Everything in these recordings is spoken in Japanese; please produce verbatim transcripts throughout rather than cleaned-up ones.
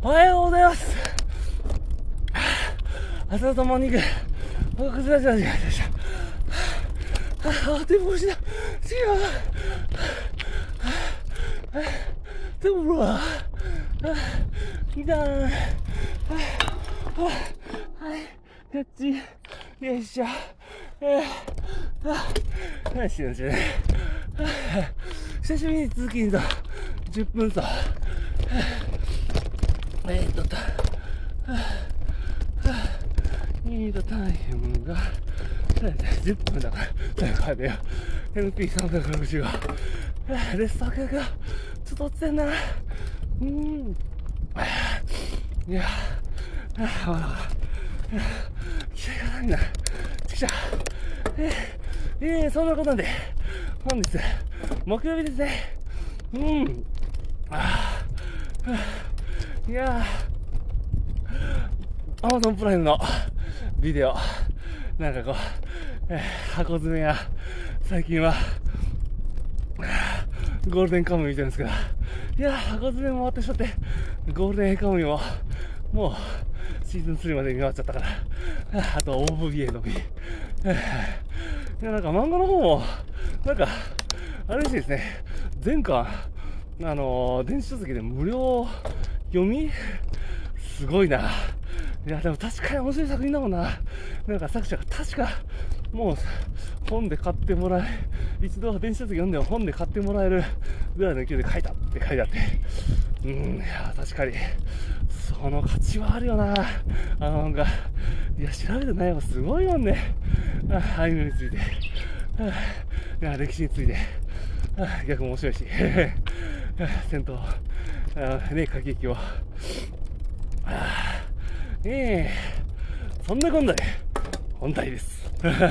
おはようございます。朝とモーニング、おくずらじゃじゃでした。あ、でも欲しいな。違う。でもほら、いいな。はい、キャッチ。よいしょ。はい、しよしね。久しぶりに通勤とじゅっぷんと。えーっと、えーっと、タイムがじゅっぷんだから、最後までよ。エヌピーさんびゃくろくじゅうご。で、酒がちょっと落ちてんな。うーん。いや、まだまだ。気合がないな。ちくしょう。えー、えー、そんなことなんで、本日、木曜日ですね。うん。あーいやー、アマゾンプライムのビデオ、なんかこう、えー、箱詰めや、最近は、ゴールデンカムイ見てるんですけど、いやー、箱詰めも終わってしまって、ゴールデンカムイも、もう、シーズンスリーまで見終わっちゃったから、あと オーブイエー のみ。いや、なんか漫画の方も、なんか、あれらしいですね、前巻、あのー、電子書籍で無料読みすごいな。いや、でも確かに面白い作品だもんな。なんか作者が確か、もう本で買ってもらえ、一度電子書籍読んでも本で買ってもらえるぐらいの勢いで書いたって書いてあって、うん、いや、確かに、その価値はあるよな。あのなんか、いや、調べてないのすごいもんね。アイヌについて、いや、歴史について、逆も面白いし、戦闘、ね、過激を、ええー、そんなこんなで、本題です。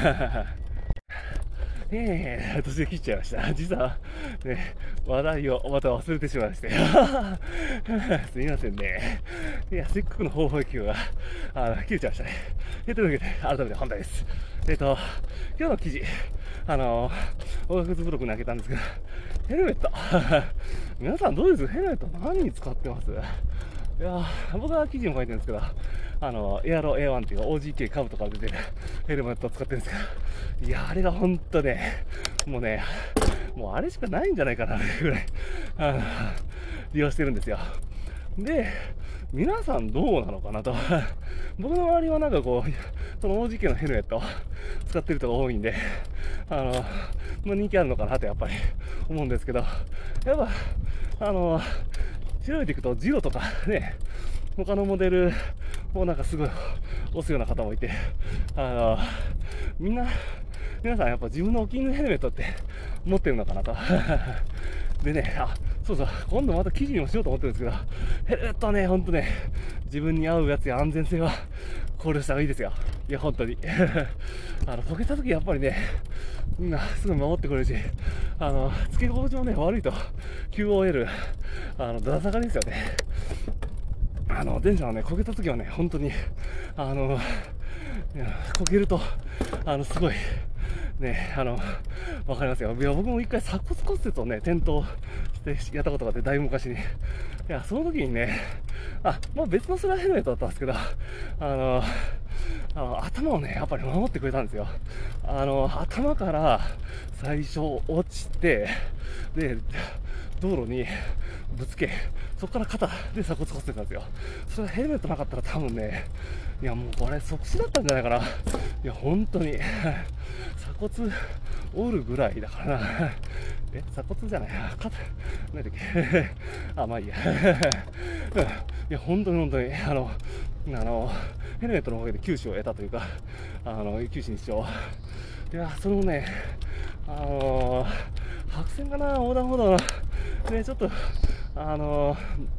ええー、途中で切っちゃいました。実は、ね、話題をまた忘れてしまいまして。すみませんね。いや、せっかくの方法企業が、あの、切れちゃいましたね。えー、というわけで、改めて本題です。えっ、ー、と、今日の記事、あの、音楽ブログに開けたんですけど、ヘルメット。皆さんどうです？ヘルメット何に使ってます？いや僕は記事にも書いてるんですけど、あの、エアロ エーワン っていう オージーケー カブとか出てるヘルメットを使ってるんですけど、いや、あれがほんとね、もうね、もうあれしかないんじゃないかな、ぐらい、あの、利用してるんですよ。で、皆さんどうなのかなと。僕の周りはなんかこう、その オージーケー のヘルメットを使ってる人が多いんで、あの、まあ、人気あるのかなとやっぱり思うんですけど、やっぱ、あの、調べていくと、ジロとかね、他のモデルをなんかすごい押すような方もいて、あの、みんな、皆さんやっぱ自分のお気に入りのヘルメットって持ってるのかなと。でね、あ、そうそう、今度また記事にもしようと思ってるんですけど、ヘルメットはね、ほんとね、自分に合うやつや安全性は考慮した方がいいですよ。いや、本当に。あの、こけた時やっぱりね、みんなすぐ守ってくれるし、あの、付け心地もね、悪いと、キューオーエル、あの、だら下がりですよね。あの、電車はね、こけた時はね、本当に、あの、いやこけると、あの、すごい、ね、あの、わかりますよ。いや、僕も一回鎖骨骨折をね、転倒してやったことがあって、だいぶ昔に。いや、その時にね、あ、まあ別のそれはヘルメットだったんですけど、あの、あの頭をね、やっぱり守ってくれたんですよ。あの、頭から最初落ちて、で、道路にぶつけ、そこから肩で鎖骨骨折なんですよ。それヘルメットなかったら多分ね、いやもうこれ即死だったんじゃないかな。いや本当に鎖骨折るぐらいだからな。え、鎖骨じゃない、肩、何だっけあ、まあいいや。いや本当に本当に、あの、あの、ヘルメットのおかげで九死を得たというか、あの、九死に一生。いや、それもね、あのー、白線かな、横断歩道の、ね、ちょっと、あの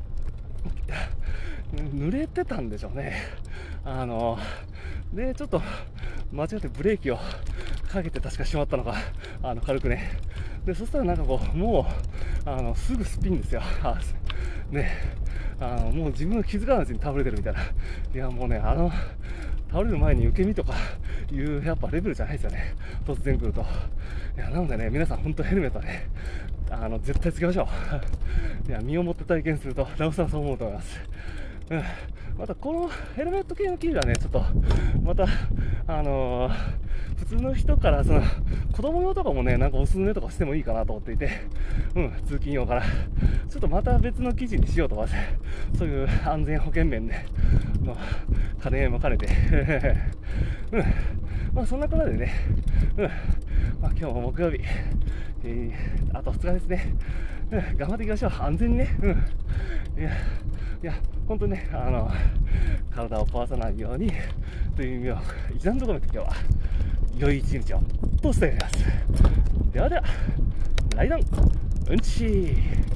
ー、濡れてたんでしょうね。あのー、で、ちょっと、間違ってブレーキをかけて確かしまったのか、あの、軽くね。で、そしたらなんかこう、もう、あの、すぐスピンですよ。あね、あの、もう自分が気づかないうちに倒れてるみたいな。いや、もうね、あの、倒れる前に受け身とかいうやっぱレベルじゃないですよね、突然来ると。いや、なのでね、皆さん本当ヘルメットはね、あの絶対つけましょう。いや、身をもって体験するとなおさらそう思うと思います。 うん、またこのヘルメット系の生地はね、ちょっとまたあのー、普通の人からその子供用とかもね、なんかおすすめとかしてもいいかなと思っていて、うん、通勤用から、ちょっとまた別の生地にしようとか、そういう安全保険面での兼ね合いも兼ねて、うん、まあそんなことでね、うん、まあ今日も木曜日、えー、あとふつかですね、うん、頑張っていきましょう、安全にね、うん、いや、いや、本当にね、あの、体を壊さないようにという意味を一段と込めて今日は、良い一日をと伝えます。ではでは、ライドン、うんちー。